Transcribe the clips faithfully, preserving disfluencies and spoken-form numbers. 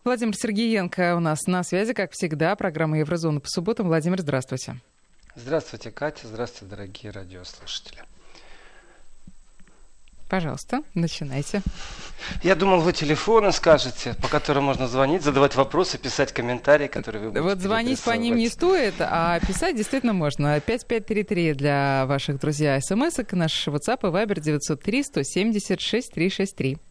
Владимир Сергеенко у нас на связи, как всегда. Программа «Еврозона» по субботам. Владимир, здравствуйте. Здравствуйте, Катя. Здравствуйте, дорогие радиослушатели. Пожалуйста, начинайте. Я думал, вы телефоны скажете, по которым можно звонить, задавать вопросы, писать комментарии, которые вы будете Вот звонить по ним не стоит, а писать действительно можно. пять пять три три для ваших друзей смс-ок, наш WhatsApp и Viber девятьсот три сто семьдесят шесть триста шестьдесят три.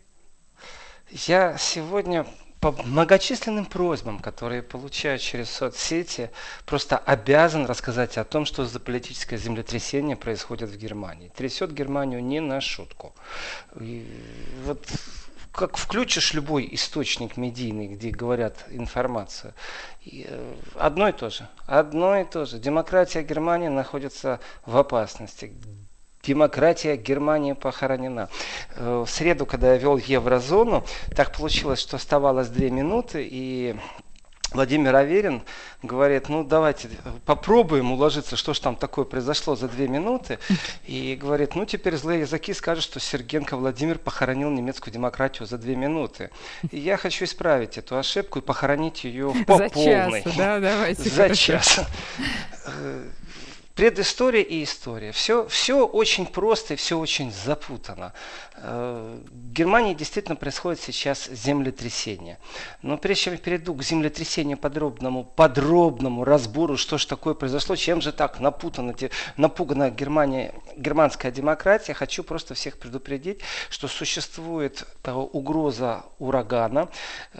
Я сегодня по многочисленным просьбам, которые получаю через соцсети, просто обязан рассказать о том, что за политическое землетрясение происходит в Германии. Трясет Германию не на шутку. И вот как включишь любой источник медийный, где говорят информацию, одно и то же. Одно и то же. Демократия Германии находится в опасности. Демократия Германии похоронена. В среду, когда я вел Еврозону, так получилось, что оставалось две минуты, и Владимир Аверин говорит, ну давайте попробуем уложиться, что ж там такое произошло за две минуты. И говорит, ну теперь злые языки скажут, что Сергеенко Владимир похоронил немецкую демократию за две минуты. И я хочу исправить эту ошибку и похоронить ее по за полной. Час, да, давайте. За час. Предыстория и история. Все, все очень просто и все очень запутано. В Германии действительно происходит сейчас землетрясение. Но прежде чем я перейду к землетрясению подробному, подробному разбору, что же такое произошло, чем же так напутана, напугана Германия, германская демократия, хочу просто всех предупредить, что существует угроза урагана.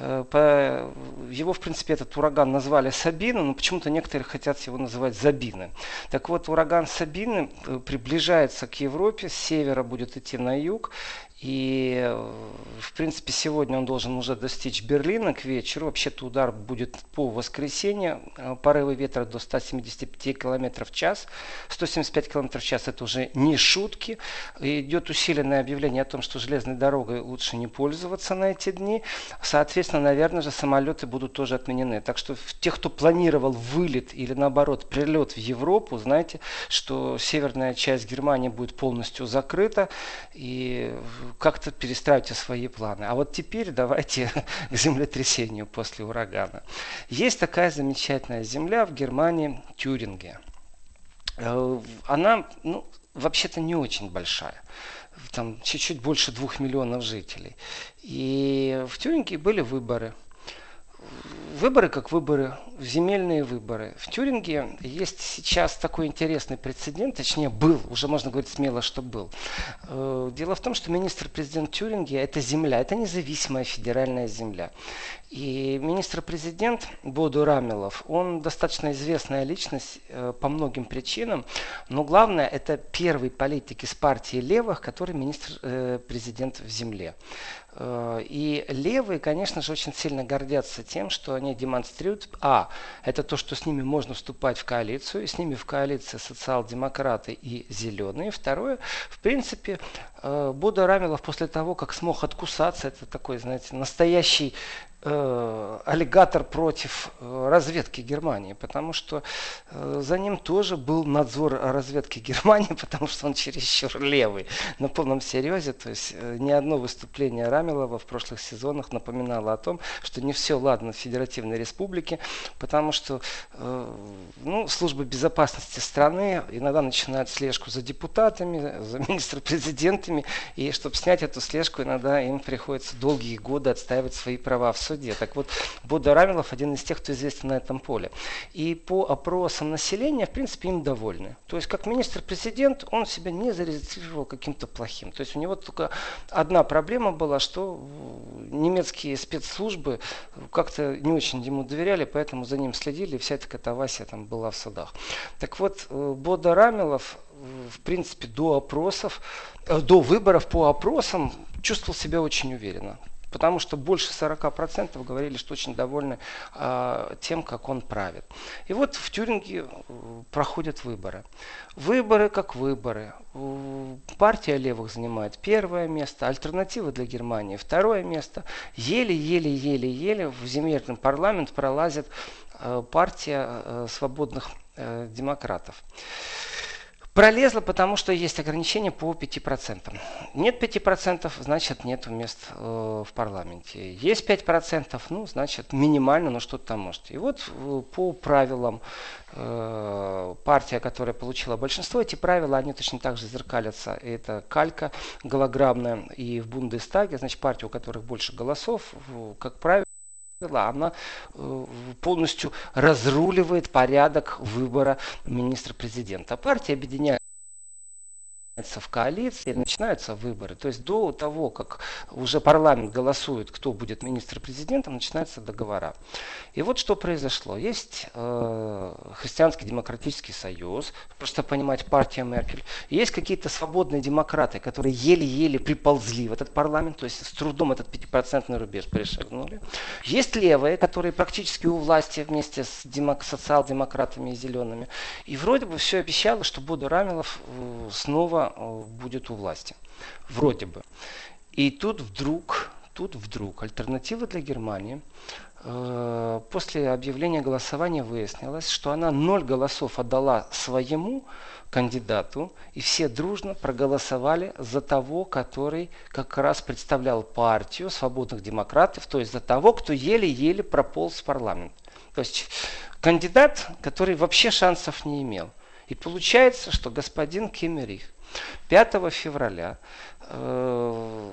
Его, в принципе, этот ураган назвали Сабина, но почему-то некоторые хотят его называть Забины. Так вот, ураган Сабины приближается к Европе, с севера будет идти на юг. И, в принципе, сегодня он должен уже достичь Берлина к вечеру. Вообще-то удар будет по воскресенье. Порывы ветра до ста семидесяти пяти километров в час. сто семьдесят пять километров в час это уже не шутки. Идет усиленное объявление о том, что железной дорогой лучше не пользоваться на эти дни. Соответственно, наверное же, самолеты будут тоже отменены. Так что тех, кто планировал вылет или, наоборот, прилет в Европу, знаете, что северная часть Германии будет полностью закрыта. И как-то перестраивайте свои планы. А вот теперь давайте к землетрясению после урагана. Есть такая замечательная земля в Германии, Тюрингия. Она, ну, вообще-то не очень большая. Там чуть-чуть больше двух миллионов жителей. И в Тюрингии были выборы. Выборы как выборы, земельные выборы. В Тюрингии есть сейчас такой интересный прецедент, точнее был, уже можно говорить смело, что был. Дело в том, что министр-президент Тюрингии – это земля, это независимая федеральная земля. И министр-президент Бодо Рамелов, он достаточно известная личность по многим причинам, но главное, это первый политик из партии левых, который министр-президент в земле. И левые, конечно же, очень сильно гордятся тем, что они демонстрируют, а, это то, что с ними можно вступать в коалицию, и с ними в коалиции социал-демократы и зеленые. Второе, в принципе, Бодо Рамелов после того, как смог откусаться, это такой, знаете, настоящий э, аллигатор против э, разведки Германии, потому что э, за ним тоже был надзор разведки Германии, потому что он чересчур левый, на полном серьезе. То есть э, ни одно выступление Рамелова в прошлых сезонах напоминало о том, что не все ладно в Федеративной Республике, потому что э, ну, службы безопасности страны иногда начинают слежку за депутатами, за министр-президентами, и чтобы снять эту слежку, иногда им приходится долгие годы отстаивать свои права в суде. Так вот, Бодо Рамелов один из тех, кто известен на этом поле. И по опросам населения, в принципе, им довольны. То есть, как министр-президент, он себя не зарегистрировал каким-то плохим. То есть, у него только одна проблема была, что немецкие спецслужбы как-то не очень ему доверяли, поэтому за ним следили, и вся эта катавасия там была в судах. Так вот, Бодо Рамелов, в принципе, до опросов, до выборов по опросам чувствовал себя очень уверенно. Потому что больше сорока процентов говорили, что очень довольны э, тем, как он правит. И вот в Тюрингии проходят выборы. Выборы как выборы. Партия левых занимает первое место, альтернатива для Германии второе место. Еле-еле-еле-еле в земельный парламент пролазит э, партия э, свободных э, демократов. Пролезла, потому что есть ограничение по пяти процентам. Нет пяти процентов, значит нет мест э, в парламенте. Есть пять процентов, ну, значит минимально, но что-то там может. И вот э, по правилам э, партия, которая получила большинство, эти правила, они точно так же зеркалятся. Это калька голограммная. И в Бундестаге, значит, партия, у которых больше голосов, как правило, она полностью разруливает порядок выбора министра-президента. Партия объединяется в коалиции, начинаются выборы. То есть до того, как уже парламент голосует, кто будет министр-президентом, начинаются договора. И вот что произошло. Есть э, Христианский демократический союз, просто понимать, партия Меркель. Есть какие-то свободные демократы, которые еле-еле приползли в этот парламент, то есть с трудом этот пятипроцентный рубеж перешагнули. Есть левые, которые практически у власти вместе с демок- социал-демократами и зелеными. И вроде бы все обещало, что Бодо Рамилов э, снова будет у власти. Вроде бы. И тут вдруг, тут вдруг альтернатива для Германии э, после объявления голосования выяснилось, что она ноль голосов отдала своему кандидату, и все дружно проголосовали за того, который как раз представлял партию свободных демократов, то есть за того, кто еле-еле прополз в парламент. То есть кандидат, который вообще шансов не имел. И получается, что господин Кемерих пятого февраля э,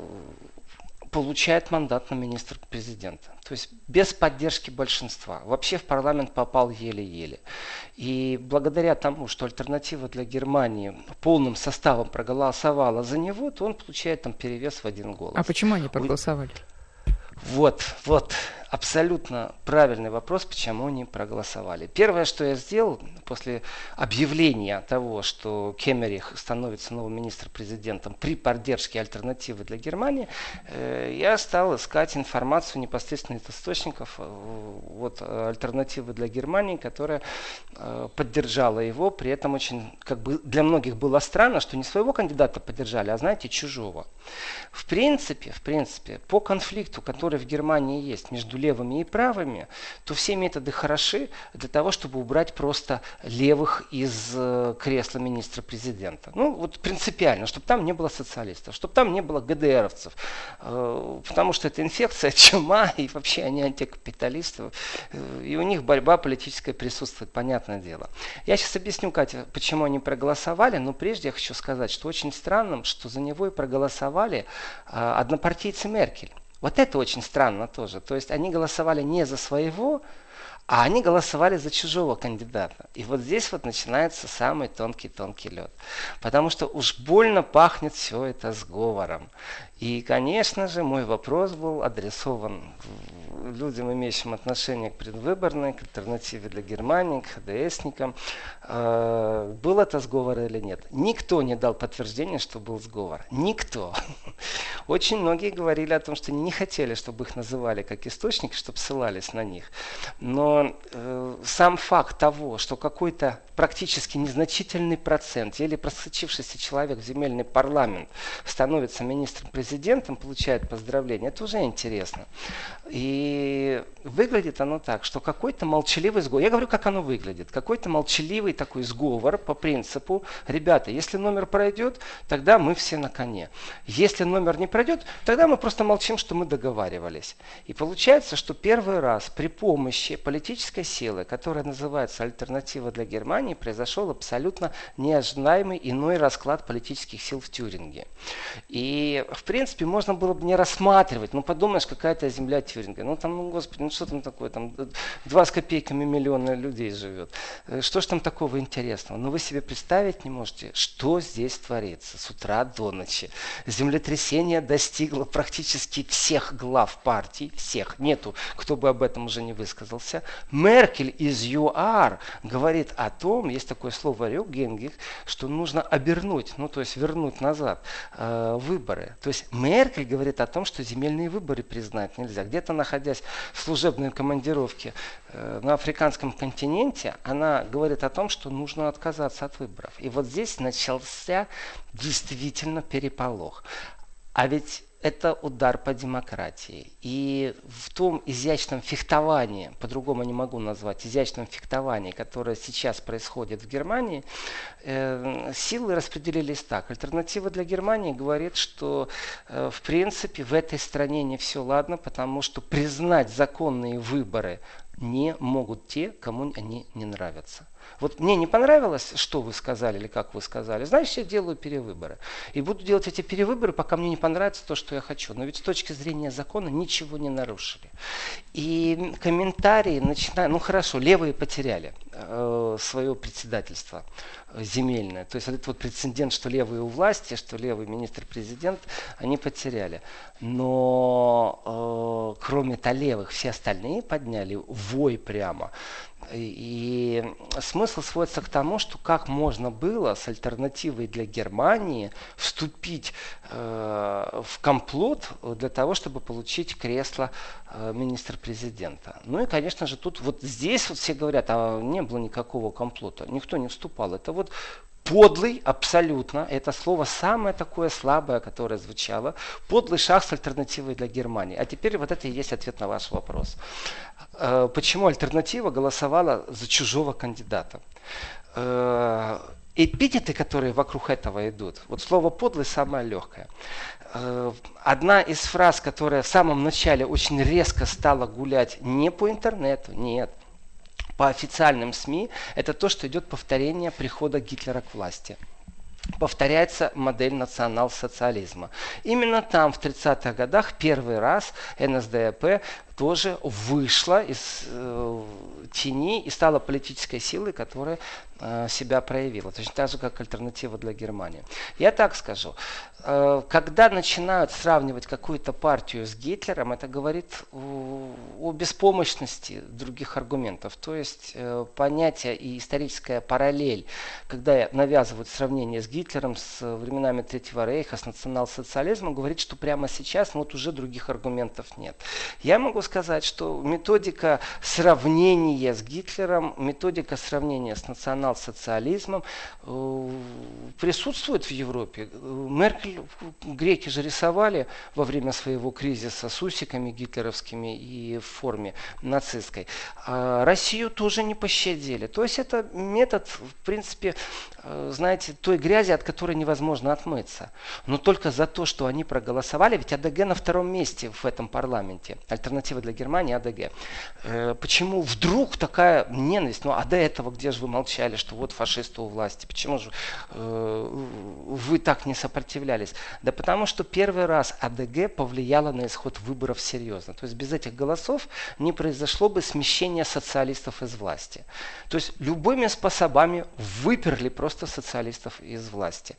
получает мандат на министра-президента. То есть без поддержки большинства. Вообще в парламент попал еле-еле. И благодаря тому, что альтернатива для Германии полным составом проголосовала за него, то он получает там перевес в один голос. А почему они проголосовали? Вот, вот, абсолютно правильный вопрос, почему они проголосовали. Первое, что я сделал после объявления того, что Кемерих становится новым министр-президентом при поддержке альтернативы для Германии, э, я стал искать информацию непосредственно из источников э, вот, альтернативы для Германии, которая э, поддержала его. При этом очень, как бы для многих было странно, что не своего кандидата поддержали, а, знаете, чужого. В принципе, в принципе, по конфликту, который в Германии есть между левыми и правыми, то все методы хороши для того, чтобы убрать просто левых из э, кресла министра-президента. Ну, вот принципиально, чтобы там не было социалистов, чтобы там не было ГДРовцев, э, потому что это инфекция, чума, и вообще они антикапиталисты, э, и у них борьба политическая присутствует, понятное дело. Я сейчас объясню, Катя, почему они проголосовали, но прежде я хочу сказать, что очень странно, что за него и проголосовали э, однопартийцы Меркель. Вот это очень странно тоже. То есть они голосовали не за своего, а они голосовали за чужого кандидата. И вот здесь вот начинается самый тонкий-тонкий лед. Потому что уж больно пахнет все это сговором. И, конечно же, мой вопрос был адресован людям, имеющим отношение к предвыборной, к альтернативе для Германии, к ХДСникам. Э, был это сговор или нет? Никто не дал подтверждения, что был сговор. Никто. Очень многие говорили о том, что не хотели, чтобы их называли как источник, чтобы ссылались на них. Но э, сам факт того, что какой-то практически незначительный процент или просочившийся человек в земельный парламент становится министром-президентом, получает поздравления, это уже интересно. И выглядит оно так, что какой-то молчаливый сговор, я говорю, как оно выглядит, какой-то молчаливый такой сговор по принципу, ребята, если номер пройдет, тогда мы все на коне. Если номер не пройдет, тогда мы просто молчим, что мы договаривались. И получается, что первый раз при помощи политической силы, которая называется «Альтернатива для Германии», произошел абсолютно неожидаемый иной расклад политических сил в Тюринге. И, в принципе, можно было бы не рассматривать, ну, подумаешь, какая-то земля Тюринга. Ну, там, ну, господи, ну, что там такое? Там два с копейками миллиона людей живет. Что ж там такого интересного? Но вы себе представить не можете, что здесь творится с утра до ночи. Землетрясение достигло практически всех глав партий, всех. Нету, кто бы об этом уже не высказался. Меркель из ЮАР говорит о том, есть такое слово «рюкгенгих», что нужно обернуть, ну то есть вернуть назад э, выборы. То есть Меркель говорит о том, что земельные выборы признать нельзя. Где-то находясь в служебной командировке э, на африканском континенте, она говорит о том, что нужно отказаться от выборов. И вот здесь начался действительно переполох. А ведь это удар по демократии. И в том изящном фехтовании, по-другому не могу назвать, изящном фехтовании, которое сейчас происходит в Германии, э, силы распределились так. Альтернатива для Германии говорит, что э, в принципе в этой стране не все ладно, потому что признать законные выборы не могут те, кому они не нравятся. Вот мне не понравилось, что вы сказали или как вы сказали. Знаешь, я делаю перевыборы. И буду делать эти перевыборы, пока мне не понравится то, что я хочу. Но ведь с точки зрения закона ничего не нарушили. И комментарии начинают... Ну хорошо, левые потеряли э, свое председательство земельное. То есть вот этот вот прецедент, что левые у власти, что левый министр-президент, они потеряли. Но э, кроме-то левых, все остальные подняли вой прямо. И смысл сводится к тому, что как можно было с альтернативой для Германии вступить э, в комплот для того, чтобы получить кресло э, министра-президента. Ну и, конечно же, тут вот здесь вот все говорят, а не было никакого комплота, никто не вступал. Это вот подлый, абсолютно, это слово самое такое слабое, которое звучало, подлый шаг с альтернативой для Германии. А теперь вот это и есть ответ на ваш вопрос. Почему альтернатива голосовала за чужого кандидата? Эпитеты, которые вокруг этого идут, вот слово подлый самое легкое. Одна из фраз, которая в самом начале очень резко стала гулять не по интернету, нет, по официальным СМИ, это то, что идет повторение прихода Гитлера к власти. Повторяется модель национал-социализма. Именно там, в тридцатых годах, первый раз эн эс дэ э пэ тоже вышла из э, тени и стала политической силой, которая э, себя проявила. Точно так же, как альтернатива для Германии. Я так скажу. Э, когда начинают сравнивать какую-то партию с Гитлером, это говорит о, о беспомощности других аргументов. То есть э, понятие и историческая параллель, когда навязывают сравнение с Гитлером, с временами Третьего Рейха, с национал-социализмом, говорит, что прямо сейчас вот уже других аргументов нет. Я могу сказать, что методика сравнения с Гитлером, методика сравнения с национал-социализмом э, присутствует в Европе. Меркель, греки же рисовали во время своего кризиса с усиками гитлеровскими и в форме нацистской. А Россию тоже не пощадили. То есть это метод, в принципе, э, знаете, той грязи, от которой невозможно отмыться. Но только за то, что они проголосовали, ведь а дэ гэ на втором месте в этом парламенте. Альтернатива для Германии а дэ гэ. Э, почему вдруг такая ненависть? Ну а до этого где же вы молчали, что вот фашисты у власти? Почему же э, вы так не сопротивлялись? Да потому что первый раз а дэ гэ повлияло на исход выборов серьезно. То есть без этих голосов не произошло бы смещение социалистов из власти. То есть любыми способами выперли просто социалистов из власти.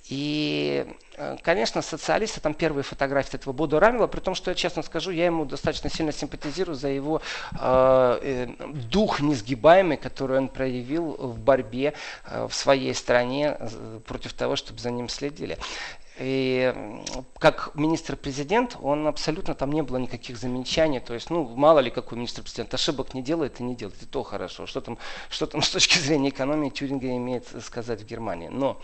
И, конечно, социалисты, там первые фотографии этого Бодо Рамела, при том, что я честно скажу, я ему достаточно сильно симпатизирую за его э, э, дух несгибаемый, который он проявил в борьбе э, в своей стране э, против того, чтобы за ним следили. И как министр-президент, он абсолютно, там не было никаких замечаний. То есть, ну, мало ли какой министр-президент ошибок не делает и не делает. И то хорошо. Что там, что там с точки зрения экономии Тюринга имеет сказать в Германии. Но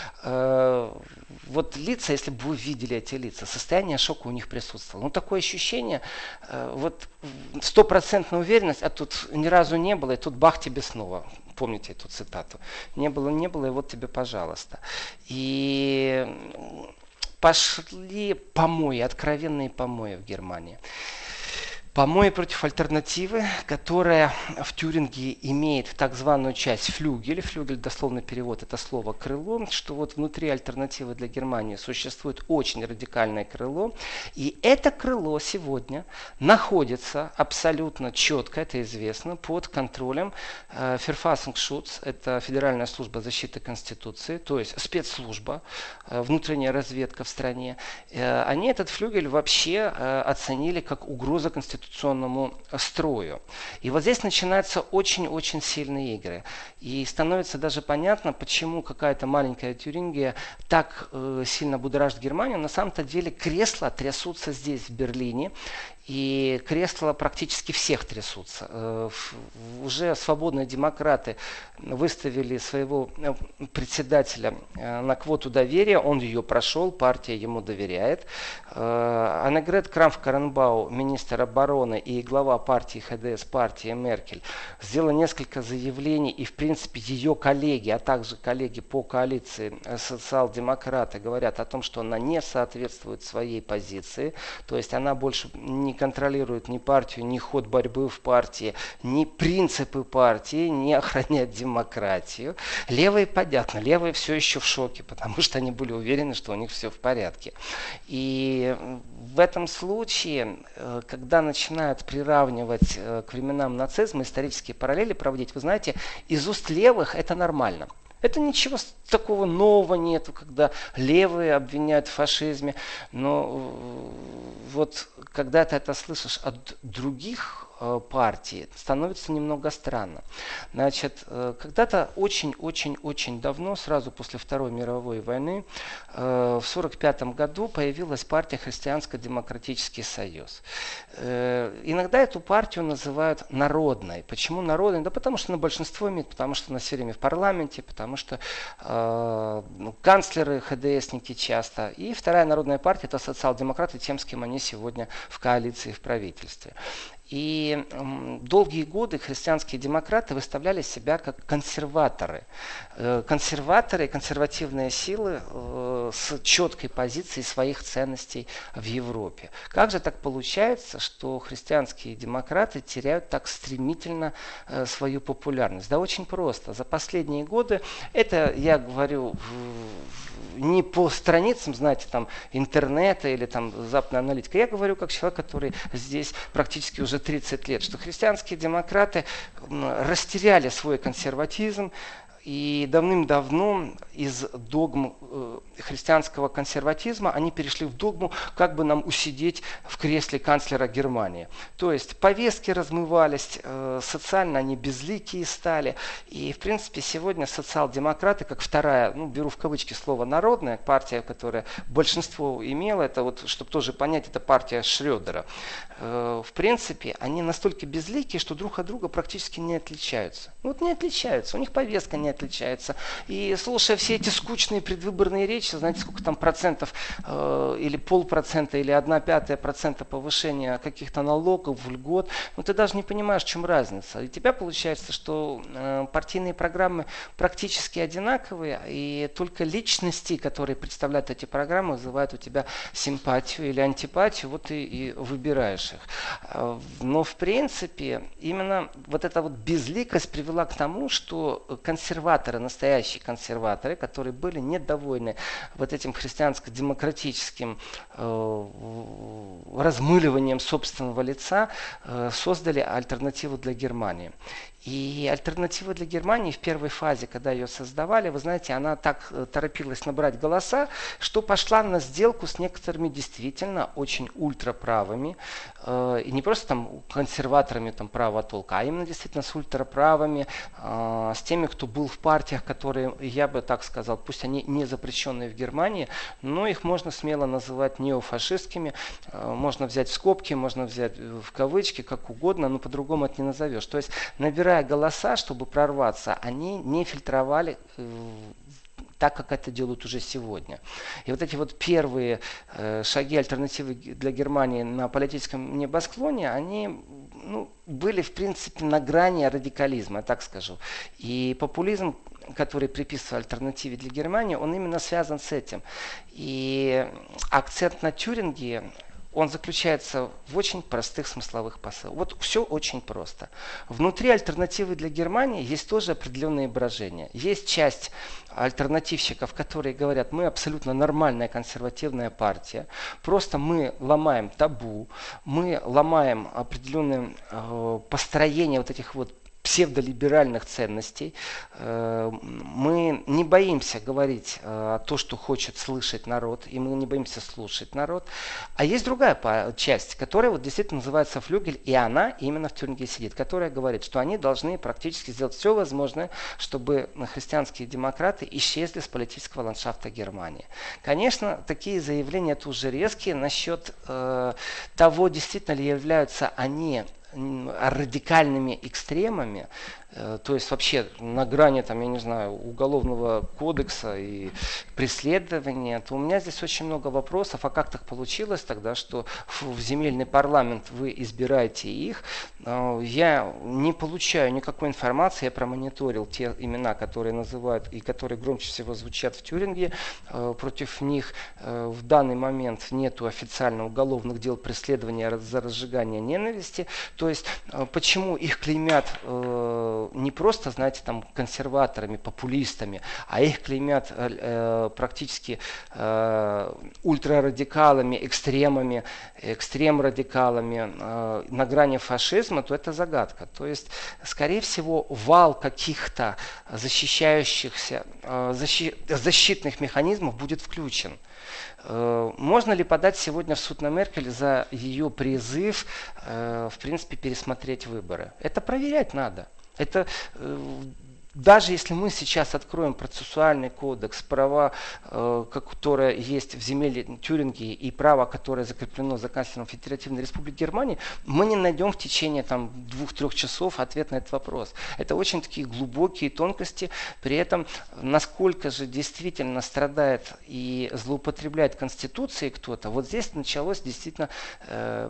э, вот лица, если бы вы видели эти лица, состояние шока у них присутствовало. Ну, такое ощущение, э, вот стопроцентная уверенность, а тут ни разу не было, и тут бах тебе снова. Помните эту цитату? Не было, не было, и вот тебе, пожалуйста. И пошли помои, откровенные помои в Германии. Помои против альтернативы, которая в Тюринге имеет так званую часть флюгель. Флюгель, дословный перевод, это слово крыло, что вот внутри альтернативы для Германии существует очень радикальное крыло. И это крыло сегодня находится абсолютно четко, это известно, под контролем э, Verfassungsschutz, это Федеральная служба защиты Конституции, то есть спецслужба, э, внутренняя разведка в стране. Э, они этот флюгель вообще э, оценили как угроза Конституции конституционному строю. И вот здесь начинаются очень-очень сильные игры. И становится даже понятно, почему какая-то маленькая Тюрингия так э, сильно будоражит Германию. На самом-то деле кресла трясутся здесь, в Берлине. И кресла практически всех трясутся. Э, уже свободные демократы выставили своего председателя э, на квоту доверия. Он ее прошел, партия ему доверяет. Э, Аннегрет Крамф-Карренбау, министр обороны и глава партии ха дэ эс, партии Меркель, сделала несколько заявлений, и в принципе ее коллеги, а также коллеги по коалиции социал-демократы говорят о том, что она не соответствует своей позиции, то есть она больше не контролирует ни партию, ни ход борьбы в партии, ни принципы партии, не охраняет демократию. Левые, понятно, левые все еще в шоке, потому что они были уверены, что у них все в порядке. И в этом случае, когда начинают приравнивать к временам нацизма, исторические параллели проводить, вы знаете, из уст левых это нормально. Это ничего такого нового нету, когда левые обвиняют в фашизме. Но вот когда ты это слышишь от других партий, становится немного странно. Значит, когда-то очень-очень-очень давно, сразу после Второй мировой войны, в сорок пятом году появилась партия Христианско-демократический союз. Иногда эту партию называют народной. Почему народной? Да потому что она большинство имеет, потому что она все время в парламенте, потому что э, ну, канцлеры ха дэ эсники часто. И вторая народная партия — это социал-демократы, тем, с кем они сегодня в коалиции, в правительстве. И э, долгие годы христианские демократы выставляли себя как консерваторы. Э, консерваторы, консервативные силы э, с четкой позицией своих ценностей в Европе. Как же так получается, что христианские демократы теряют так стремительно э, свою популярность? Да очень просто. За последние годы, это я говорю не по страницам, знаете, там интернета или там западной аналитики. Я говорю как человек, который здесь практически уже тридцать лет, что христианские демократы растеряли свой консерватизм, и давным-давно из догм э, христианского консерватизма они перешли в догму, как бы нам усидеть в кресле канцлера Германии. То есть повестки размывались, э, социально они безликие стали. И в принципе сегодня социал-демократы, как вторая, ну беру в кавычки слово народная, партия, которая большинство имела, это вот, чтобы тоже понять, это партия Шрёдера. Э, в принципе они настолько безликие, что друг от друга практически не отличаются. Ну, вот не отличаются, у них повестка не отличается. И слушая все эти скучные предвыборные речи, знаете, сколько там процентов, э, или полпроцента, или одна пятая процента повышения каких-то налогов, льгот, ну ты даже не понимаешь, в чем разница. И у тебя получается, что э, партийные программы практически одинаковые, и только личности, которые представляют эти программы, вызывают у тебя симпатию или антипатию, вот ты и выбираешь их. Но в принципе именно вот эта вот безликость привела к тому, что консерваторы, настоящие консерваторы, которые были недовольны вот этим христианско-демократическим э, размыливанием собственного лица, э, создали альтернативу для Германии. И альтернатива для Германии в первой фазе, когда ее создавали, вы знаете, она так торопилась набрать голоса, что пошла на сделку с некоторыми действительно очень ультраправыми, э, и не просто там консерваторами там, правого толка, а именно действительно с ультраправыми, э, с теми, кто был в партиях, которые, я бы так сказал, пусть они не запрещенные в Германии, но их можно смело называть неофашистскими, э, можно взять в скобки, можно взять в кавычки, как угодно, но по-другому это не назовешь. То есть набирая голоса, чтобы прорваться, они не фильтровали э, так, как это делают уже сегодня. И вот эти вот первые э, шаги альтернативы для Германии на политическом небосклоне, они ну, были, в принципе, на грани радикализма, я так скажу. И популизм, который приписывается альтернативе для Германии, он именно связан с этим. И акцент на Тюрингии, он заключается в очень простых смысловых посылах. Вот все очень просто. Внутри альтернативы для Германии есть тоже определенные брожения. Есть часть альтернативщиков, которые говорят, мы абсолютно нормальная консервативная партия, просто мы ломаем табу, мы ломаем определенное э, построение вот этих вот псевдолиберальных ценностей. Мы не боимся говорить то, что хочет слышать народ, и мы не боимся слушать народ. А есть другая часть, которая вот действительно называется флюгель, и она именно в Тюрингии сидит, которая говорит, что они должны практически сделать все возможное, чтобы христианские демократы исчезли с политического ландшафта Германии. Конечно, такие заявления это уже резкие насчет э, того, действительно ли являются они радикальными экстремами, то есть вообще на грани, там, я не знаю, уголовного кодекса и преследования, то у меня здесь очень много вопросов. А как так получилось тогда, что в земельный парламент вы избираете их? Я не получаю никакой информации, я промониторил те имена, которые называют и которые громче всего звучат в Тюрингии. Против них в данный момент нету официально уголовных дел преследования за разжигание ненависти. То есть почему их клеймят не просто, знаете, там консерваторами, популистами, а их клеймят э, практически э, ультрарадикалами, экстремами, экстрем-радикалами э, на грани фашизма, то это загадка. То есть, скорее всего, вал каких-то защищающихся, э, защи, защитных механизмов будет включен. Можно ли подать сегодня в суд на Меркель за ее призыв, э, в принципе, пересмотреть выборы? Это проверять надо. Это э, даже если мы сейчас откроем процессуальный кодекс, права, э, которые есть в земле Тюрингии и право, которое закреплено за канцлером Федеративной Республики Германии, мы не найдем в течение там, двух-трех часов ответ на этот вопрос. Это очень такие глубокие тонкости. При этом, насколько же действительно страдает и злоупотребляет Конституцией кто-то, вот здесь началось действительно э,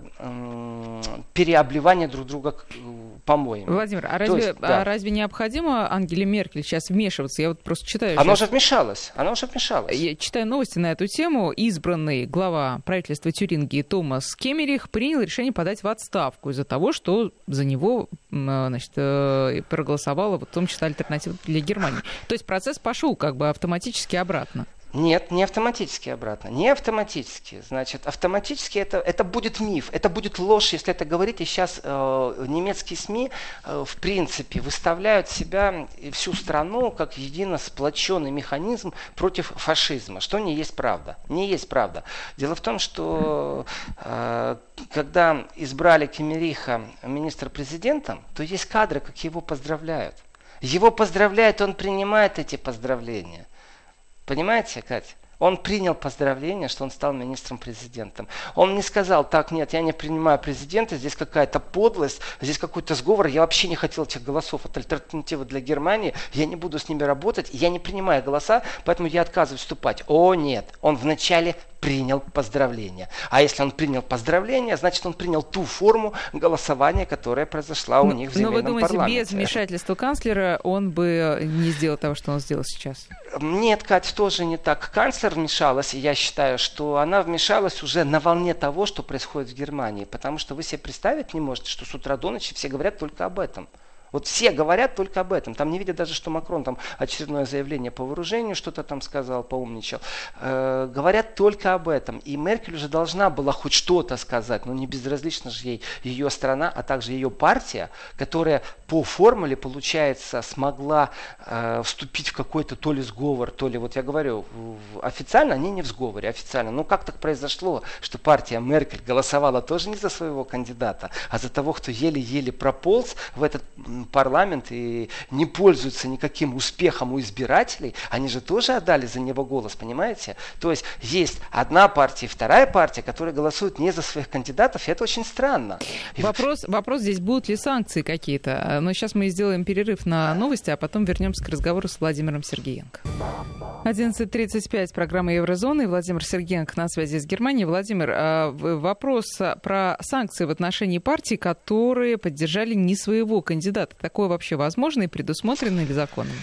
э, переобливание друг друга помоями. Владимир, а разве, есть, да. а разве необходимо Ангеле Меркель сейчас вмешиваться? Я вот просто читаю... Она сейчас... уже вмешалась. Она уже вмешалась. Я читаю новости на эту тему. Избранный глава правительства Тюрингии Томас Кеммерих принял решение подать в отставку из-за того, что за него, значит, проголосовала, в том числе, Альтернатива для Германии. То есть процесс пошел как бы автоматически обратно. Нет, не автоматически обратно. Не автоматически. Значит, автоматически это, это будет миф, это будет ложь, если это говорить. И сейчас э, немецкие СМИ, э, в принципе, выставляют себя и всю страну как едино сплоченный механизм против фашизма, что не есть правда. Не есть правда. Дело в том, что э, когда избрали Кеммериха министр-президентом, то есть кадры, как его поздравляют. Его поздравляют, он принимает эти поздравления. Понимаете, Катя? Он принял поздравление, что он стал министром-президентом. Он не сказал, так, нет, я не принимаю президента, здесь какая-то подлость, здесь какой-то сговор, я вообще не хотел этих голосов от Альтернативы для Германии, я не буду с ними работать, я не принимаю голоса, поэтому я отказываюсь вступать. О, нет, он вначале принял поздравление. А если он принял поздравление, значит, он принял ту форму голосования, которая произошла у них в земельном парламенте. Но вы думаете, без вмешательства канцлера он бы не сделал того, что он сделал сейчас? Нет, Катя, тоже не так. Канцлер вмешалась, и я считаю, что она вмешалась уже на волне того, что происходит в Германии. Потому что вы себе представить не можете, что с утра до ночи все говорят только об этом. Вот все говорят только об этом. Там не видят даже, что Макрон там очередное заявление по вооружению что-то там сказал, поумничал. Э, говорят только об этом. И Меркель уже должна была хоть что-то сказать. Но не безразлична же ей ее страна, а также ее партия, которая по формуле, получается, смогла э, вступить в какой-то то ли сговор, то ли, вот я говорю, официально они не в сговоре, официально. Но как так произошло, что партия Меркель голосовала тоже не за своего кандидата, а за того, кто еле-еле прополз в этот парламент и не пользуются никаким успехом у избирателей, они же тоже отдали за него голос, понимаете? То есть есть одна партия и вторая партия, которые голосуют не за своих кандидатов, и это очень странно. Вопрос, вопрос здесь, будут ли санкции какие-то? Но сейчас мы сделаем перерыв на новости, а потом вернемся к разговору с Владимиром Сергеенко. одиннадцать тридцать пять, программа Еврозоны, и Владимир Сергеенко на связи с Германией. Владимир, вопрос про санкции в отношении партий, которые поддержали не своего кандидата. Такое вообще возможно и предусмотрено ли законом?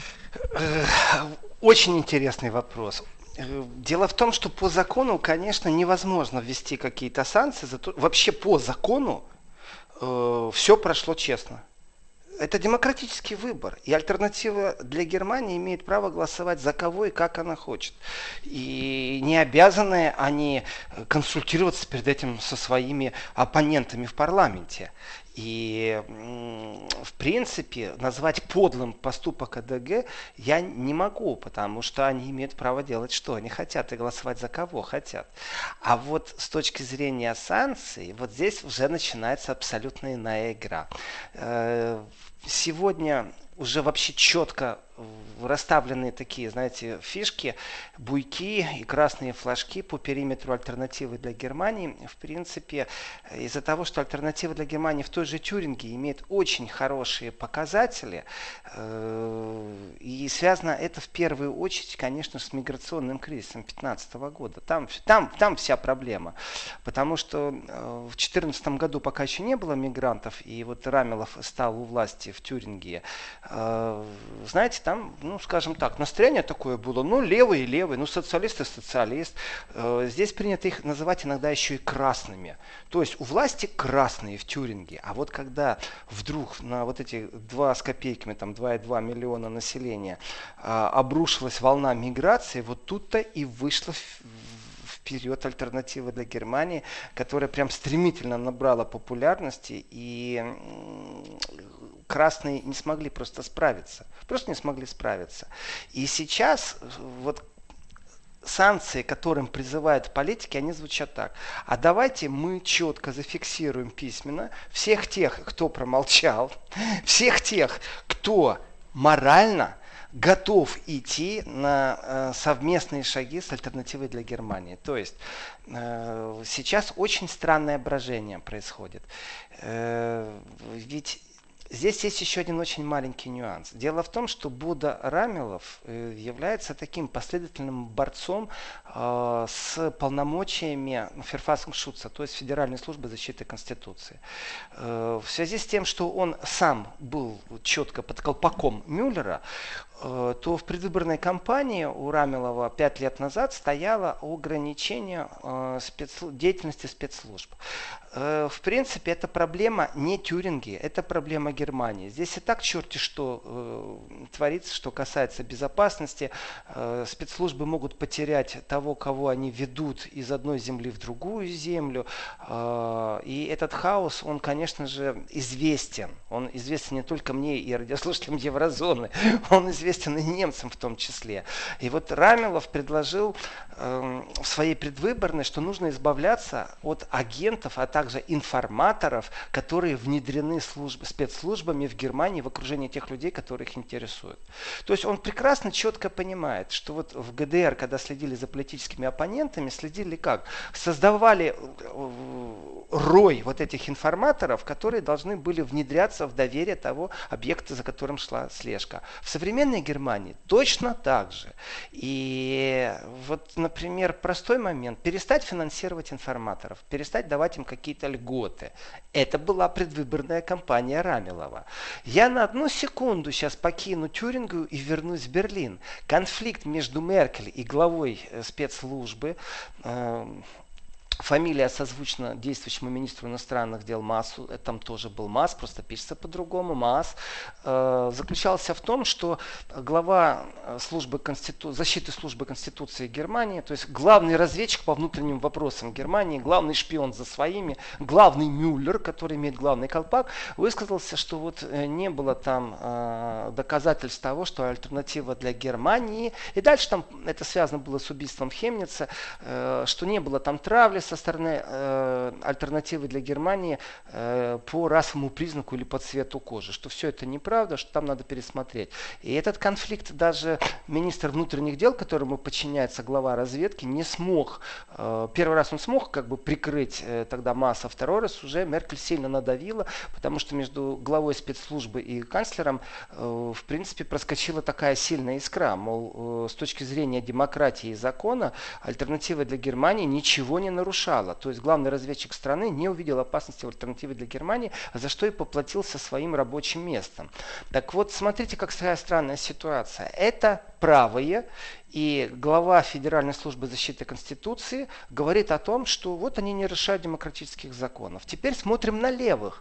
Очень интересный вопрос. Дело в том, что по закону, конечно, невозможно ввести какие-то санкции. Зато вообще по закону э, все прошло честно. Это демократический выбор. И Альтернатива для Германии имеет право голосовать за кого и как она хочет. И не обязаны они консультироваться перед этим со своими оппонентами в парламенте. И в принципе, назвать подлым поступок АДГ я не могу, потому что они имеют право делать, что они хотят, и голосовать за кого хотят. А вот с точки зрения санкций, вот здесь уже начинается абсолютно иная игра. Сегодня уже вообще четко расставлены такие, знаете, фишки, буйки и красные флажки по периметру альтернативы для Германии. В принципе, из-за того, что альтернатива для Германии в той же Тюрингии имеет очень хорошие показатели, и связано это в первую очередь, конечно, с миграционным кризисом две тысячи пятнадцатого года. Там, там, там вся проблема. Потому что в две тысячи четырнадцатом году пока еще не было мигрантов, и вот Рамилов стал у власти в Тюрингии, знаете, там, ну, скажем так, настроение такое было, ну, левый и левый, ну, социалист и социалист. Здесь принято их называть иногда еще и красными. То есть у власти красные в Тюрингии. А вот когда вдруг на вот эти два с копейками, там, два и два миллиона населения обрушилась волна миграции, вот тут-то и вышла вперед альтернатива для Германии, которая прям стремительно набрала популярности, и красные не смогли просто справиться. Просто не смогли справиться. И сейчас вот санкции, которым призывают политики, они звучат так. А давайте мы четко зафиксируем письменно всех тех, кто промолчал, всех тех, кто морально готов идти на э, совместные шаги с альтернативой для Германии. То есть э, сейчас очень странное брожение происходит. Э, ведь здесь есть еще один очень маленький нюанс. Дело в том, что Буда Рамилов э, является таким последовательным борцом э, с полномочиями Ферфасунг-Шутца, то есть Федеральной службы защиты Конституции. Э, в связи с тем, что он сам был четко под колпаком Мюллера, то в предвыборной кампании у Рамилова пять лет назад стояло ограничение э, спецслу- деятельности спецслужб. Э, в принципе, это проблема не Тюрингии, это проблема Германии. Здесь и так черти что э, творится, что касается безопасности. Э, спецслужбы могут потерять того, кого они ведут из одной земли в другую землю. Э, и этот хаос, он, конечно же, известен. Он известен не только мне и радиослушателям Еврозоны, он известен и немцам в том числе. И вот Рамилов предложил э, в своей предвыборной, что нужно избавляться от агентов, а также информаторов, которые внедрены служб, спецслужбами в Германии в окружении тех людей, которые их интересуют. То есть он прекрасно, четко понимает, что вот в ГДР, когда следили за политическими оппонентами, следили как? Создавали рой вот этих информаторов, которые должны были внедряться в доверие того объекта, за которым шла слежка. В современной Германии точно так же. И вот, например, простой момент. Перестать финансировать информаторов, перестать давать им какие-то льготы. Это была предвыборная кампания Рамилова. Я на одну секунду сейчас покину Тюрингию и вернусь в Берлин. Конфликт между Меркель и главой спецслужбы, э, фамилия созвучна действующему министру иностранных дел Маасу, там тоже был Маас, просто пишется по-другому, Маас, э, заключался в том, что глава службы Конститу... защиты службы Конституции Германии, то есть главный разведчик по внутренним вопросам Германии, главный шпион за своими, главный Мюллер, который имеет главный колпак, высказался, что вот не было там э, доказательств того, что альтернатива для Германии, и дальше там это связано было с убийством Хемница, э, что не было там травли со стороны э, альтернативы для Германии э, по расовому признаку или по цвету кожи, что все это неправда, что там надо пересмотреть. И этот конфликт даже министр внутренних дел, которому подчиняется глава разведки, не смог. Э, первый раз он смог как бы прикрыть э, тогда Мааса, второй раз уже Меркель сильно надавила, потому что между главой спецслужбы и канцлером э, в принципе проскочила такая сильная искра, мол, э, с точки зрения демократии и закона альтернатива для Германии ничего не нарушала. То есть главный разведчик страны не увидел опасности в альтернативе для Германии, за что и поплатился своим рабочим местом. Так вот, смотрите, какая странная ситуация. Это правые, и глава Федеральной службы защиты Конституции говорит о том, что вот они не решают демократических законов. Теперь смотрим на левых.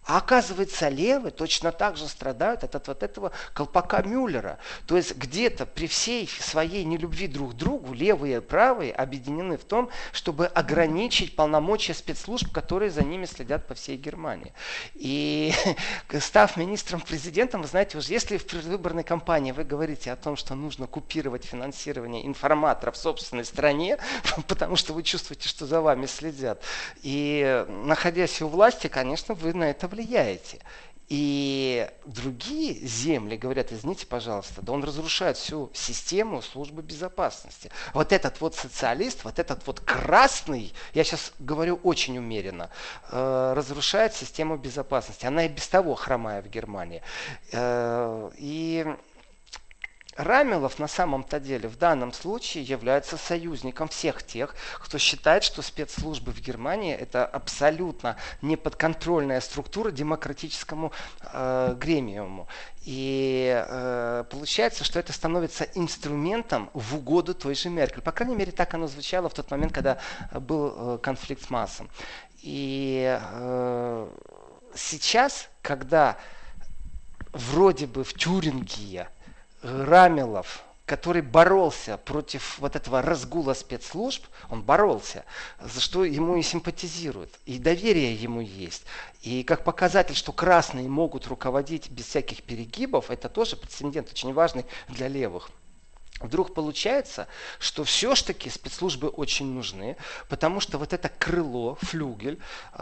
А оказывается, левые точно так же страдают от, от вот этого колпака Мюллера. То есть где-то при всей своей нелюбви друг к другу левые и правые объединены в том, чтобы ограничить полномочия спецслужб, которые за ними следят по всей Германии. И став министром-президентом, вы знаете, уже если в предвыборной кампании вы говорите о том, что нужно купировать финансирование информаторов в собственной стране, потому что вы чувствуете, что за вами следят, и находясь у власти, конечно, вы на это влияете. И другие земли говорят, извините, пожалуйста, да он разрушает всю систему службы безопасности. Вот этот вот социалист, вот этот вот красный, я сейчас говорю очень умеренно, э, разрушает систему безопасности. Она и без того хромая в Германии. Э, и Рамилов на самом-то деле в данном случае является союзником всех тех, кто считает, что спецслужбы в Германии это абсолютно неподконтрольная структура демократическому э, гремиуму. И э, получается, что это становится инструментом в угоду той же Меркель. По крайней мере, так оно звучало в тот момент, когда был э, конфликт с Массом. И э, сейчас, когда вроде бы в Тюрингии Рамилов, который боролся против вот этого разгула спецслужб, он боролся, за что ему и симпатизируют, и доверие ему есть. И как показатель, что красные могут руководить без всяких перегибов, это тоже прецедент очень важный для левых. Вдруг получается, что все-таки спецслужбы очень нужны, потому что вот это крыло, флюгель,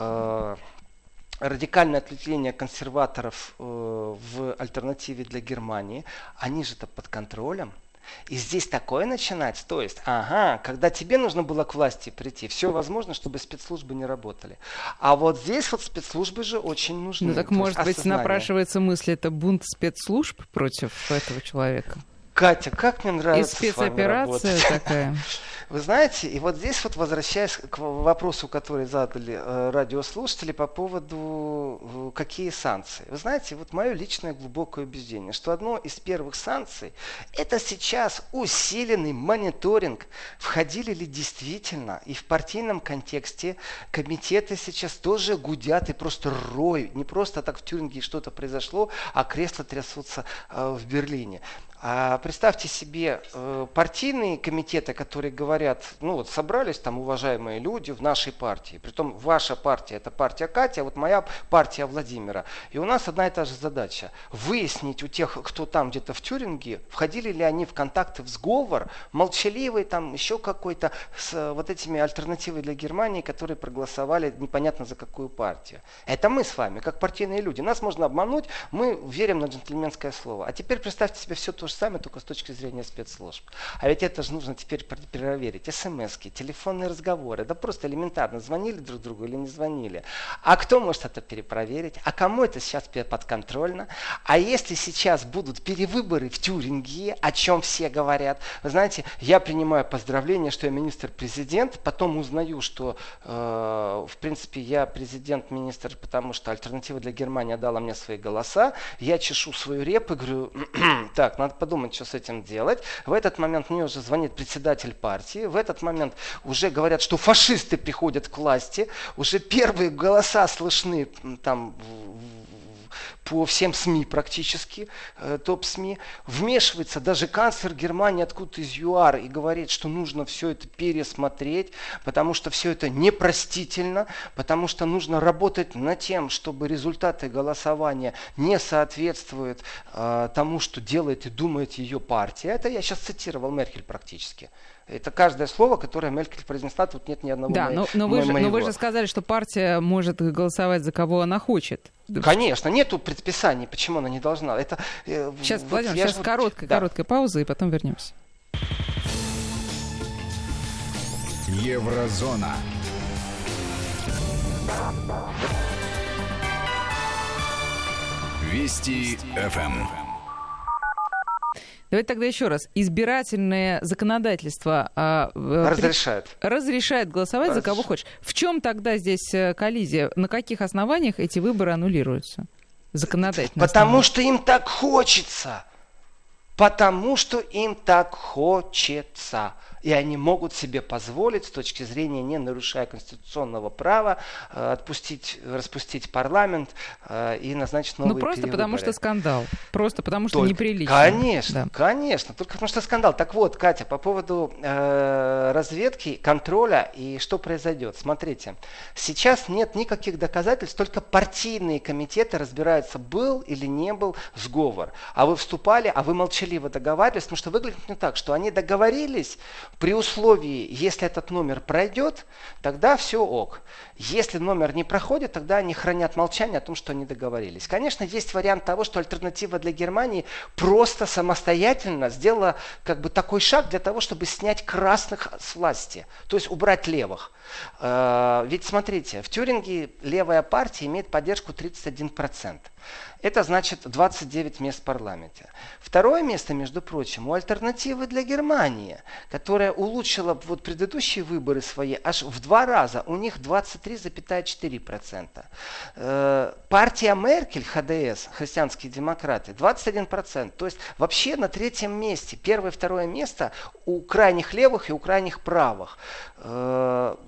э- радикальное ответвление консерваторов э, в альтернативе для Германии, они же-то под контролем. И здесь такое начинается, то есть, ага, когда тебе нужно было к власти прийти, все возможно, чтобы спецслужбы не работали. А вот здесь вот спецслужбы же очень нужны. Ну так, может быть, напрашивается мысль, это бунт спецслужб против этого человека? Катя, как мне нравится и спецоперация такая. Вы знаете, и вот здесь вот возвращаясь к вопросу, который задали э, радиослушатели по поводу э, какие санкции. Вы знаете, вот мое личное глубокое убеждение, что одно из первых санкций это сейчас усиленный мониторинг, входили ли действительно и в партийном контексте комитеты сейчас тоже гудят и просто роют. Не просто так в Тюрингии что-то произошло, а кресла трясутся э, в Берлине. А представьте себе э, партийные комитеты, которые говорят, ну вот собрались там уважаемые люди в нашей партии, притом ваша партия это партия Катя, а вот моя партия Владимира. И у нас одна и та же задача, выяснить у тех, кто там где-то в Тюрингии, входили ли они в контакты, в сговор, молчаливый там еще какой-то, с вот этими альтернативой для Германии, которые проголосовали непонятно за какую партию. Это мы с вами, как партийные люди. Нас можно обмануть, мы верим на джентльменское слово. А теперь представьте себе все то же самое, только с точки зрения спецслужб. А ведь это же нужно теперь проверить. СМСки, телефонные разговоры. Да просто элементарно. Звонили друг другу или не звонили. А кто может это перепроверить? А кому это сейчас подконтрольно? А если сейчас будут перевыборы в Тюрингии, о чем все говорят? Вы знаете, я принимаю поздравления, что я министр-президент. Потом узнаю, что э, в принципе я президент-министр, потому что альтернатива для Германии дала мне свои голоса. Я чешу свою репу и говорю, так, надо подумать, что с этим делать. В этот момент мне уже звонит председатель партии. В этот момент уже говорят, что фашисты приходят к власти. Уже первые голоса слышны там по всем СМИ практически, э, топ-СМИ. Вмешивается даже канцлер Германии откуда-то из ЮАР и говорит, что нужно все это пересмотреть, потому что все это непростительно, потому что нужно работать над тем, чтобы результаты голосования не соответствуют э, тому, что делает и думает ее партия. Это я сейчас цитировал Меркель практически. Это каждое слово, которое Меркель произнесла, тут нет ни одного да, моего. но, но, вы же, но вы же сказали, что партия может голосовать за кого она хочет. Конечно, нету предписаний, почему она не должна. Это, сейчас, вот Владимир, сейчас вот... короткая, да. короткая пауза, и потом вернемся. Еврозона. Вести эф эм. Давайте тогда еще раз. Избирательное законодательство а, разрешает. При... разрешает голосовать разрешает. За кого хочешь. В чем тогда здесь коллизия? На каких основаниях эти выборы аннулируются? Законодательно. Потому что им так хочется. Потому что им так хочется. И они могут себе позволить, с точки зрения, не нарушая конституционного права, отпустить, распустить парламент и назначить новые перевыборы. Ну, просто перевыборы. потому что скандал. Просто потому что Только, неприлично. Конечно, да. конечно. Только потому что скандал. Так вот, Катя, по поводу э, разведки, контроля и что произойдет. Смотрите, сейчас нет никаких доказательств, только партийные комитеты разбираются, был или не был сговор. А вы вступали, а вы молчаливо договаривались, потому что выглядит не так, что они договорились. При условии, если этот номер пройдет, тогда все ок. Если номер не проходит, тогда они хранят молчание о том, что они договорились. Конечно, есть вариант того, что альтернатива для Германии просто самостоятельно сделала как бы такой шаг для того, чтобы снять красных с власти, то есть убрать левых. Ведь смотрите, в Тюрингии левая партия имеет поддержку тридцать один процент. Это значит двадцать девять мест в парламенте. Второе место, между прочим, у альтернативы для Германии, которая улучшила вот предыдущие выборы свои аж в два раза. У них двадцать три целых четыре десятых процента. Э, партия Меркель, ха дэ эс, христианские демократы, двадцать один процент. То есть вообще на третьем месте. Первое и второе место у крайних левых и у крайних правых. Э,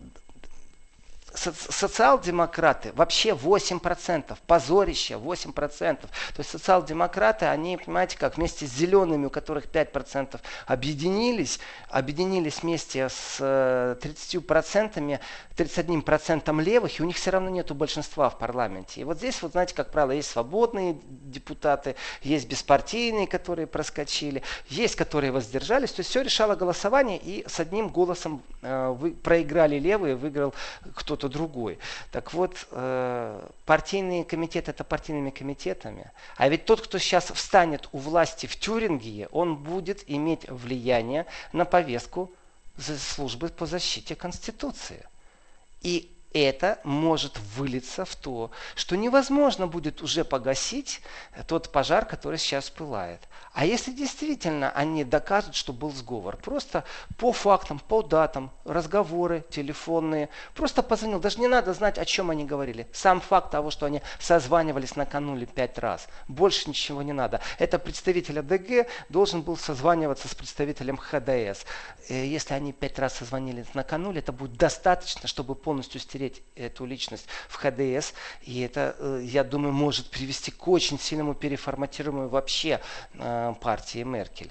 Социал-демократы вообще восемь процентов, позорище восемь процентов. То есть социал-демократы, они, понимаете, как вместе с зелеными, у которых пять процентов, объединились, объединились вместе с тридцатью процентами, тридцать одним процентом левых, и у них все равно нету большинства в парламенте. И вот здесь, вот знаете, как правило, есть свободные депутаты, есть беспартийные, которые проскочили, есть, которые воздержались. То есть все решало голосование, и с одним голосом э, вы проиграли левые, выиграл кто-то другой. Так вот, э, партийные комитеты это партийными комитетами. А ведь тот, кто сейчас встанет у власти в Тюрингии, он будет иметь влияние на повестку службы по защите Конституции. И это может вылиться в то, что невозможно будет уже погасить тот пожар, который сейчас пылает. А если действительно они докажут, что был сговор, просто по фактам, по датам, разговоры телефонные, просто позвонил, даже не надо знать, о чем они говорили. Сам факт того, что они созванивались накануне пять раз, больше ничего не надо. Это представитель а дэ гэ должен был созваниваться с представителем ха дэ эс. Если они пять раз созвонились накануне, это будет достаточно, чтобы полностью стереть эту личность в ха дэ эс. И это, я думаю, может привести к очень сильному переформатированию вообще партии Меркель.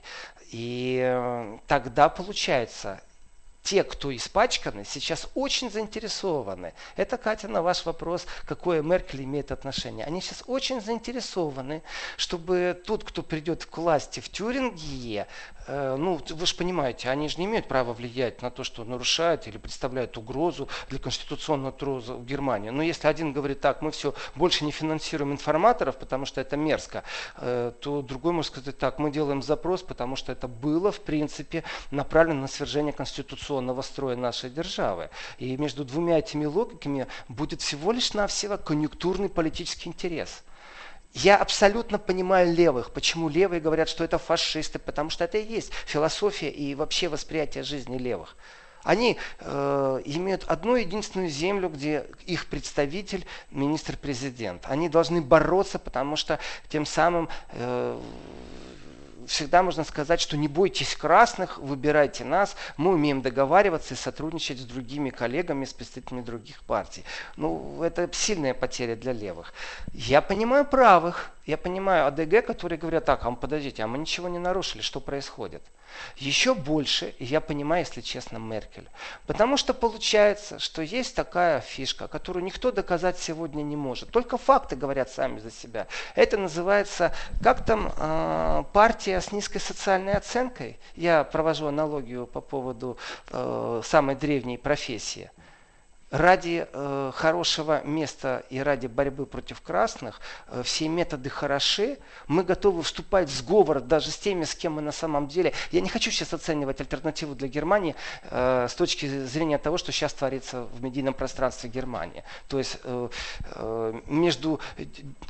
И тогда получается, те, кто испачканы, сейчас очень заинтересованы. Это, Катя, на ваш вопрос, какое Меркель имеет отношение. Они сейчас очень заинтересованы, чтобы тот, кто придет к власти в Тюрингии, э, ну, вы же понимаете, они же не имеют права влиять на то, что нарушают или представляют угрозу для конституционного труда в Германии. Но если один говорит так, мы все, больше не финансируем информаторов, потому что это мерзко, э, то другой может сказать так, мы делаем запрос, потому что это было, в принципе, направлено на свержение конституционного строя нашей державы. И между двумя этими логиками будет всего лишь навсего конъюнктурный политический интерес. Я абсолютно понимаю левых. Почему левые говорят, что это фашисты? Потому что это и есть философия и вообще восприятие жизни левых. Они э, имеют одну единственную землю, где их представитель, министр-президент. Они должны бороться, потому что тем самым э, всегда можно сказать, что не бойтесь красных, выбирайте нас, мы умеем договариваться и сотрудничать с другими коллегами, с представителями других партий. Ну, это сильная потеря для левых. Я понимаю правых, я понимаю а дэ гэ, которые говорят, так, а подождите, а мы ничего не нарушили, что происходит? Еще больше я понимаю, если честно, Меркель. Потому что получается, что есть такая фишка, которую никто доказать сегодня не может. Только факты говорят сами за себя. Это называется, как там, э, партия с низкой социальной оценкой. Я провожу аналогию по поводу э, самой древней профессии. Ради э, хорошего места и ради борьбы против красных э, все методы хороши. Мы готовы вступать в сговор даже с теми, с кем мы на самом деле. Я не хочу сейчас оценивать альтернативу для Германии э, с точки зрения того, что сейчас творится в медийном пространстве Германии. То есть э, э, между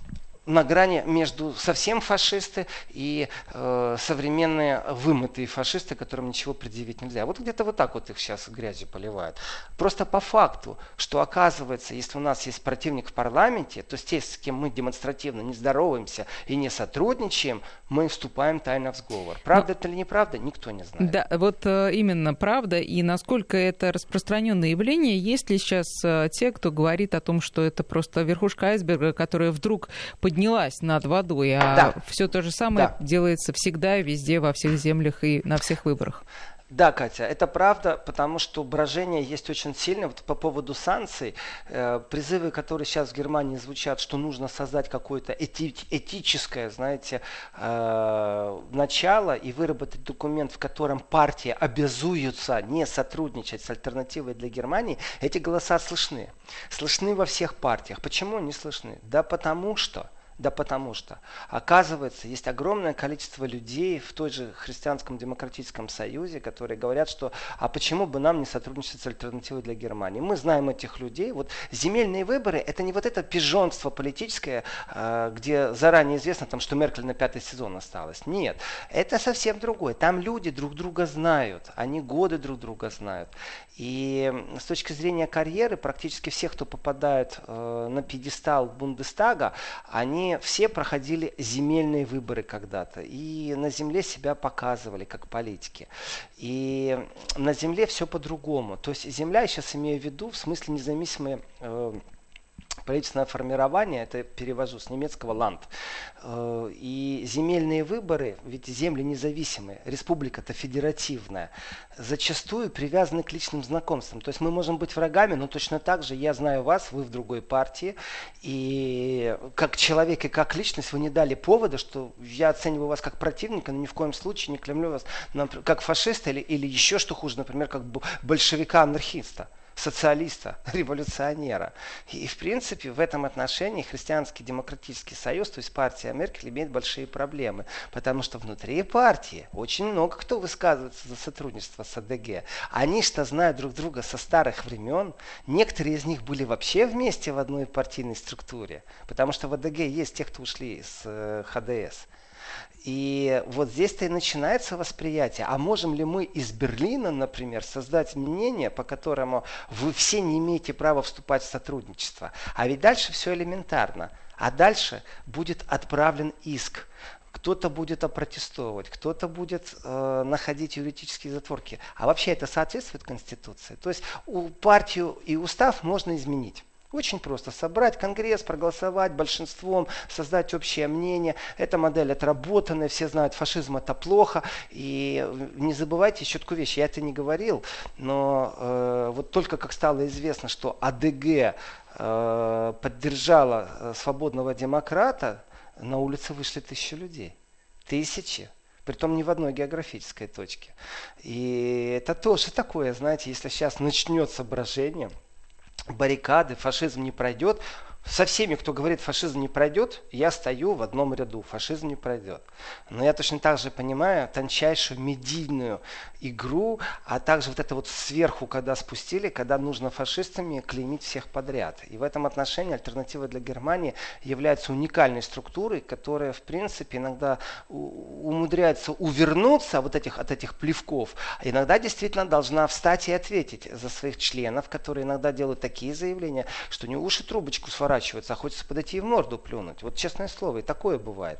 на грани между совсем фашисты и э, современные вымытые фашисты, которым ничего предъявить нельзя. Вот где-то вот так вот их сейчас грязью поливают. Просто по факту, что оказывается, если у нас есть противник в парламенте, то с тем, с кем мы демонстративно не здороваемся и не сотрудничаем, мы вступаем тайно в сговор. Правда Но... это или неправда, никто не знает. Да, вот э, именно правда. И насколько это распространенное явление, есть ли сейчас э, те, кто говорит о том, что это просто верхушка айсберга, которая вдруг поднялась поднялась над водой, а да. все то же самое да. делается всегда, везде, во всех землях и на всех выборах. Да, Катя, это правда, потому что брожение есть очень сильное. Вот по поводу санкций, э, призывы, которые сейчас в Германии звучат, что нужно создать какое-то эти, этическое, знаете, э, начало и выработать документ, в котором партии обязуются не сотрудничать с альтернативой для Германии, эти голоса слышны. Слышны во всех партиях. Почему не слышны? Да потому что Да потому что, оказывается, есть огромное количество людей в той же Христианском демократическом союзе, которые говорят, что а почему бы нам не сотрудничать с альтернативой для Германии. Мы знаем этих людей. Вот земельные выборы, это не вот это пижонство политическое, где заранее известно, там, что Меркель на пятый сезон осталась. Нет, это совсем другое. Там люди друг друга знают, они годы друг друга знают. И с точки зрения карьеры, практически все, кто попадают на пьедестал Бундестага, они все проходили земельные выборы когда-то и на земле себя показывали как политики. И на земле все по-другому. То есть земля, я сейчас имею в виду, в смысле независимое э, правительственное формирование, это перевожу с немецкого «ланд». И земельные выборы, ведь земли независимые, республика-то федеративная, зачастую привязаны к личным знакомствам. То есть мы можем быть врагами, но точно так же я знаю вас, вы в другой партии, и как человек и как личность вы не дали повода, что я оцениваю вас как противника, но ни в коем случае не клеймлю вас как фашиста или, или еще что хуже, например, как большевика-анархиста, социалиста, революционера. И, в принципе, в этом отношении Христианский демократический союз, то есть партия Меркель, имеет большие проблемы. Потому что внутри партии очень много кто высказывается за сотрудничество с АДГ. Они что знают друг друга со старых времен. Некоторые из них были вообще вместе в одной партийной структуре. Потому что в АДГ есть те, кто ушли с ХДС. И вот здесь-то и начинается восприятие. А можем ли мы из Берлина, например, создать мнение, по которому вы все не имеете права вступать в сотрудничество? А ведь дальше все элементарно. А дальше будет отправлен иск. Кто-то будет опротестовывать, кто-то будет э, находить юридические затворки. А вообще это соответствует Конституции? То есть у партию и устав можно изменить. Очень просто. Собрать конгресс, проголосовать большинством, создать общее мнение. Эта модель отработанная, все знают, фашизм это плохо. И не забывайте еще такую вещь, я это не говорил, но э, вот только как стало известно, что АДГ э, поддержала свободного демократа, на улице вышли тысячи людей. Тысячи. Притом не в одной географической точке. И это тоже такое, знаете, если сейчас начнется брожение, баррикады, фашизм не пройдет. Со всеми, кто говорит, фашизм не пройдет, я стою в одном ряду, фашизм не пройдет. Но я точно так же понимаю тончайшую медийную игру, а также вот это вот сверху, когда спустили, когда нужно фашистами клеймить всех подряд. И в этом отношении альтернатива для Германии является уникальной структурой, которая, в принципе, иногда умудряется увернуться вот этих, от этих плевков, а иногда действительно должна встать и ответить за своих членов, которые иногда делают такие заявления, что не уши трубочку сворачивают, а хочется подойти и в морду плюнуть. Вот честное слово, и такое бывает.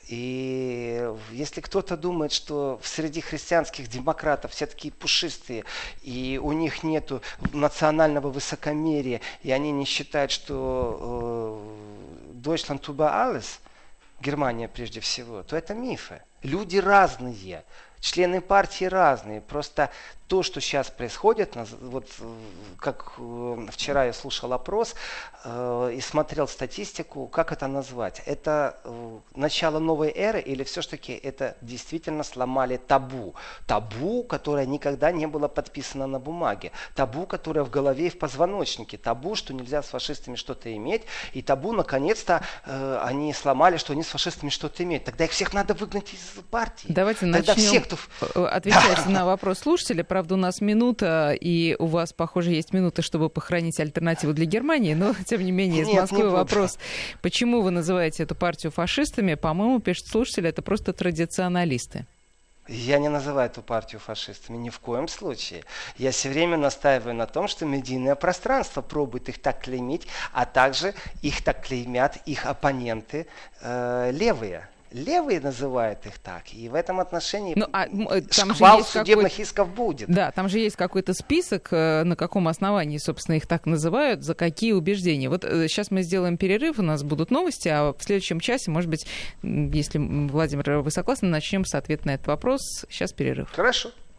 И если кто-то думает, что среди христианских демократов все такие пушистые, и у них нету национального высокомерия, и они не считают, что э, Deutschland über alles, Германия прежде всего, то это мифы. Люди разные. Члены партии разные. Просто то, что сейчас происходит, вот как вчера я слушал опрос э, и смотрел статистику, как это назвать? Это э, начало новой эры или все-таки это действительно сломали табу? Табу, которое никогда не было подписано на бумаге. Табу, которое в голове и в позвоночнике. Табу, что нельзя с фашистами что-то иметь. И табу, наконец-то, э, они сломали, что они с фашистами что-то имеют. Тогда их всех надо выгнать из партии. Давайте Тогда начнем все, кто... отвечать на вопрос слушателя. Правда, правда, у нас минута, и у вас, похоже, есть минута, чтобы похоронить альтернативу для Германии, но, тем не менее, из Нет, Москвы вопрос. Почему вы называете эту партию фашистами? По-моему, пишет слушатель, это просто традиционалисты. Я не называю эту партию фашистами ни в коем случае. Я все время настаиваю на том, что медийное пространство пробует их так клеймить, а также их так клеймят их оппоненты э, левые. Левые называют их так, и в этом отношении ну, а, там шквал же есть судебных исков будет. Да, там же есть какой-то список, на каком основании, собственно, их так называют, за какие убеждения. Вот сейчас мы сделаем перерыв, у нас будут новости, а в следующем часе, может быть, если, Владимир, вы согласны, начнем с ответа на этот вопрос. Сейчас перерыв. Хорошо.